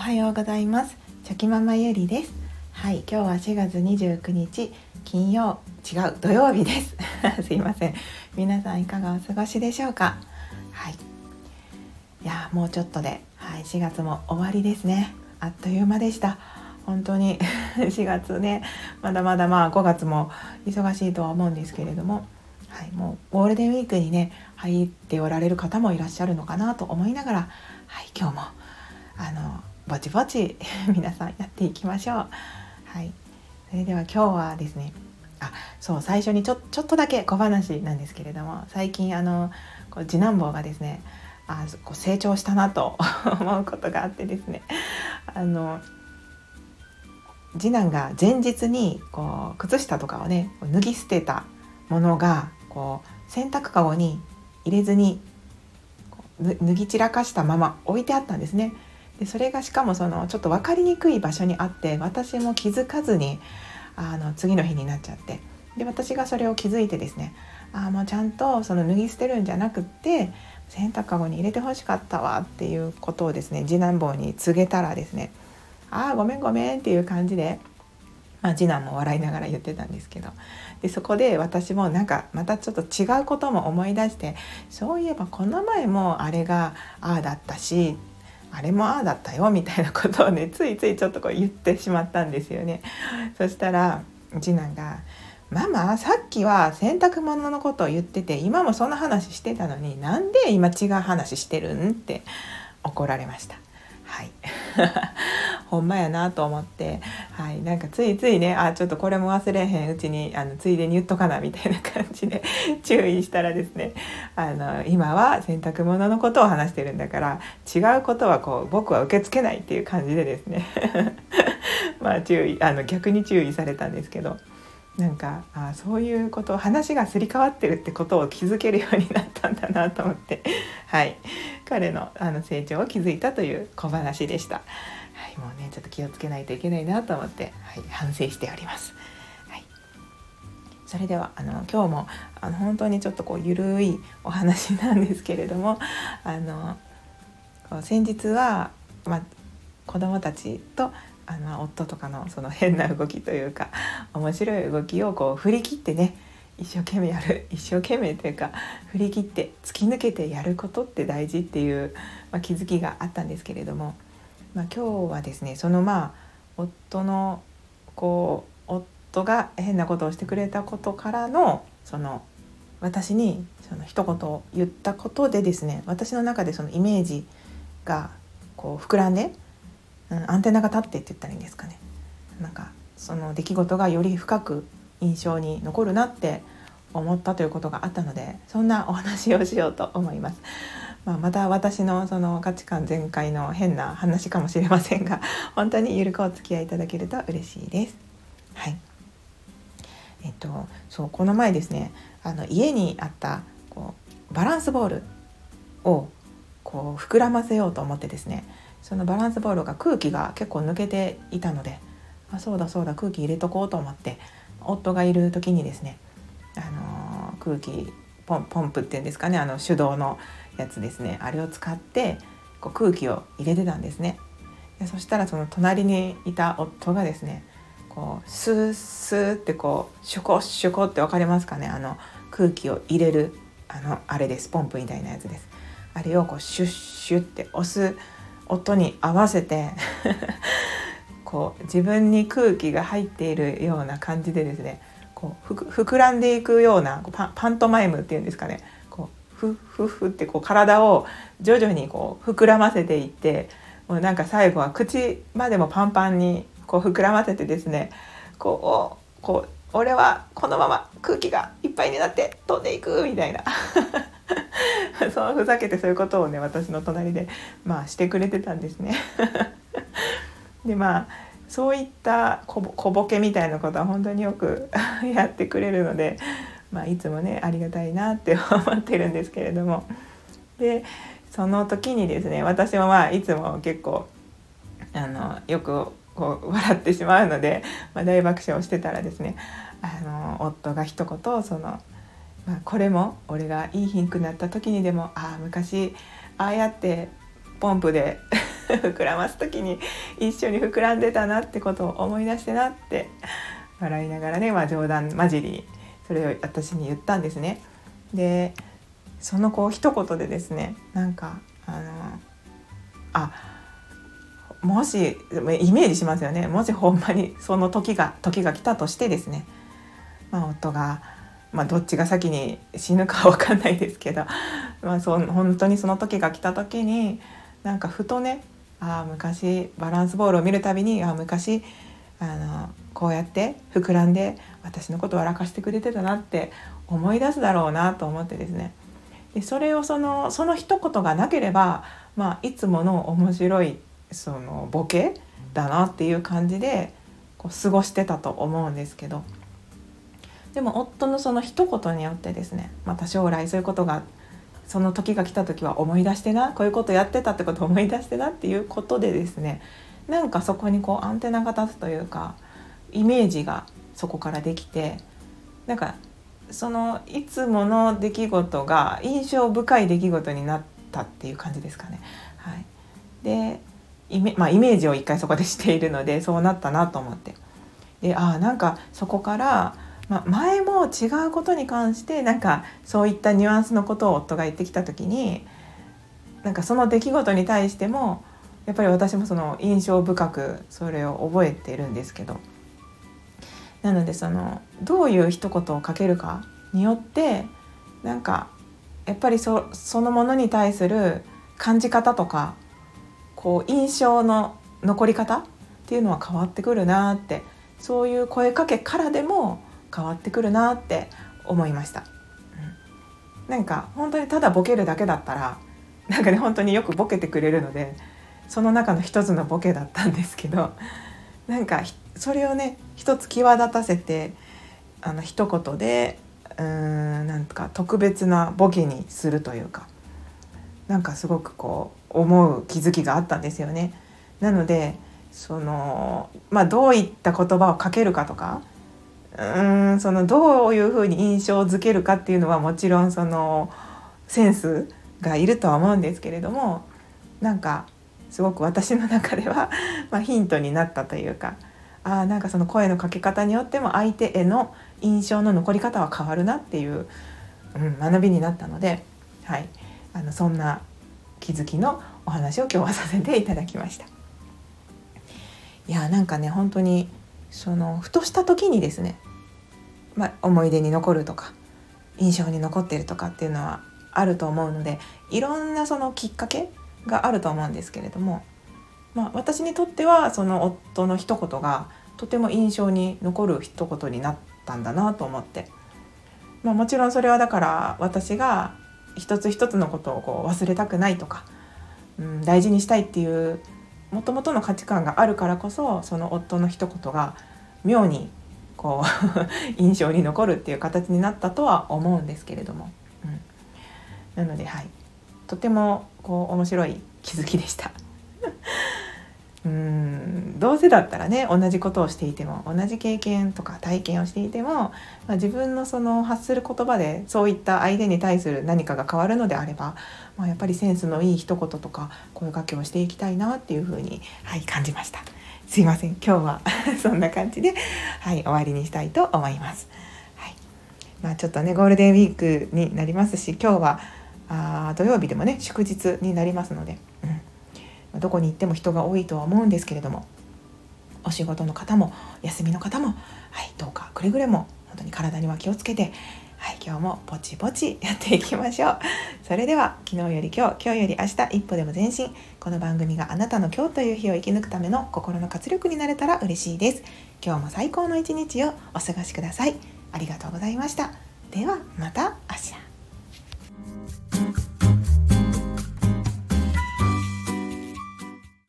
はようございます。チョキママゆりです。はい、今日は4月29日金曜土曜日ですすいません。皆さんいかがお過ごしでしょうか。はい、いやもうちょっとで、4月も終わりですね。あっという間でした。本当に4月ね、まだまだ5月も忙しいとは思うんですけれども、もうゴールデンウィークにね入っておられる方もいらっしゃるのかなと思いながら、今日もぼちぼち皆さんやっていきましょう。それでは今日はですね、最初にちょっとだけ小話なんですけれども、最近次男坊がですね成長したなと思うことがあってですね、次男が前日に靴下とかをね脱ぎ捨てたものが洗濯かごに入れずに脱ぎ散らかしたまま置いてあったんですね。でそれがしかもちょっと分かりにくい場所にあって、私も気づかずに次の日になっちゃって、で私がそれを気づいてですね、もうちゃんと脱ぎ捨てるんじゃなくって洗濯かごに入れてほしかったわっていうことをですね次男坊に告げたらですね、ごめんごめんっていう感じで、次男も笑いながら言ってたんですけど、でそこで私もまたちょっと違うことも思い出して、そういえばこの前もあれがだったしあれもだったよみたいなことをねついついちょっと言ってしまったんですよね。そしたら次男がママさっきは洗濯物のことを言ってて今もその話してたのになんで今違う話してるんって怒られました。ほんまやなと思って、ついついねちょっとこれも忘れへんうちについでに言っとかなみたいな感じで注意したらですね、今は洗濯物のことを話してるんだから違うことは僕は受け付けないっていう感じでですね逆に注意されたんですけど、そういうこと話がすり替わってるってことを気づけるようになったんだなと思って彼の成長を気づいたという小話でした。もうねちょっと気をつけないといけないなと思って、反省しております。それでは今日も本当にちょっとゆるいお話なんですけれども、先日は、子どもたちと夫とかのその変な動きというか面白い動きを振り切ってね一生懸命というか振り切って突き抜けてやることって大事っていう、気づきがあったんですけれども、今日はですねその夫が変なことをしてくれたことからの私に一言を言ったことでですね、私の中でそのイメージが膨らんで、アンテナが立ってって言ったらいいんですかね。その出来事がより深く印象に残るなって思ったということがあったので、そんなお話をしようと思います。また私のその価値観全開の変な話かもしれませんが、本当にゆるくお付き合いいただけると嬉しいです。この前ですね家にあったバランスボールを膨らませようと思ってですね、そのバランスボールが空気が結構抜けていたので、そうだ空気入れとこうと思って、夫がいる時にですね、空気ポンプっていうんですかね、手動のやつですね、あれを使って空気を入れてたんですね。でそしたらその隣にいた夫がですねスースーってシュコシュコって分かりますかね、空気を入れるあれです、ポンプみたいなやつです。あれをシュッシュッって押す音に合わせて自分に空気が入っているような感じでですね膨らんでいくようなパントマイムっていうんですかね、フッフッフって体を徐々に膨らませていって、もう最後は口までもパンパンに膨らませてですね、俺はこのまま空気がいっぱいになって飛んでいくみたいなそうふざけてそういうことをね私の隣でしてくれてたんですねでそういった小ボケみたいなことは本当によくやってくれるので、いつもねありがたいなって思ってるんですけれども、でその時にですね私もいつも結構よく笑ってしまうので、大爆笑してたらですね夫が一言これも俺がいい品くなった時にでも昔ああやってポンプで膨らます時に一緒に膨らんでたなってことを思い出してなって笑いながらね、冗談交じりにそれを私に言ったんですね。でその一言でですね、なんかもしイメージしますよね。もしほんまにその時が来たとしてですね、夫が、どっちが先に死ぬかは分かんないですけど、本当にその時が来た時になんかふとね、昔バランスボールを見るたびに昔こうやって膨らんで私のことを笑かしてくれてたなって思い出すだろうなと思ってですね、でそれをその一言がなければ、いつもの面白いそのボケだなっていう感じで過ごしてたと思うんですけど、でも夫のその一言によってですね、また将来そういうことがその時が来た時は思い出してな、こういうことやってたってことを思い出してなっていうことでですね、なんかそこにアンテナが立つというかイメージがそこからできて、なんかそのいつもの出来事が印象深い出来事になったっていう感じですかね。はい、でイメージを一回そこでしているのでそうなったなと思って、でなんかそこから、前も違うことに関してなんかそういったニュアンスのことを夫が言ってきた時に、なんかその出来事に対してもやっぱり私もその印象深くそれを覚えているんですけど、なのでどういう一言をかけるかによってなんかやっぱりそのものに対する感じ方とか印象の残り方っていうのは変わってくるなって、そういう声かけからでも変わってくるなって思いました。なんか本当にただボケるだけだったらなんかね本当によくボケてくれるのでその中の一つのボケだったんですけど、なんかそれをね一つ際立たせて一言でなんか特別なボケにするというか、なんかすごく思う気づきがあったんですよね。なのでどういった言葉をかけるかとかどういうふうに印象づけるかっていうのはもちろんセンスがいるとは思うんですけれども、なんかすごく私の中ではヒントになったというか、なんかその声のかけ方によっても相手への印象の残り方は変わるなっていう、学びになったので、はい、そんな気づきのお話を今日はさせていただきました。いやなんかね本当にふとした時にですね、思い出に残るとか印象に残っているとかっていうのはあると思うので、いろんなきっかけがあると思うんですけれども、私にとってはその夫の一言がとても印象に残る一言になったんだなと思って、もちろんそれはだから私が一つ一つのことを忘れたくないとか、大事にしたいっていう元々の価値観があるからこそ、その夫の一言が妙に印象に残るっていう形になったとは思うんですけれども、なのでとても面白い気づきでしたどうせだったらね同じことをしていても同じ経験とか体験をしていても、自分の発する言葉でそういった相手に対する何かが変わるのであれば、やっぱりセンスのいい一言とか声かけをしていきたいなっていうふうに、感じました。すいません今日はそんな感じで、終わりにしたいと思います。ちょっとねゴールデンウィークになりますし、今日は土曜日でもね祝日になりますので、どこに行っても人が多いとは思うんですけれども、お仕事の方も休みの方も、どうかくれぐれも本当に体には気をつけて、今日もぼちぼちやっていきましょう。それでは昨日より今日、今日より明日、一歩でも前進。この番組があなたの今日という日を生き抜くための心の活力になれたら嬉しいです。今日も最高の一日をお過ごしください。ありがとうございました。ではまた明日。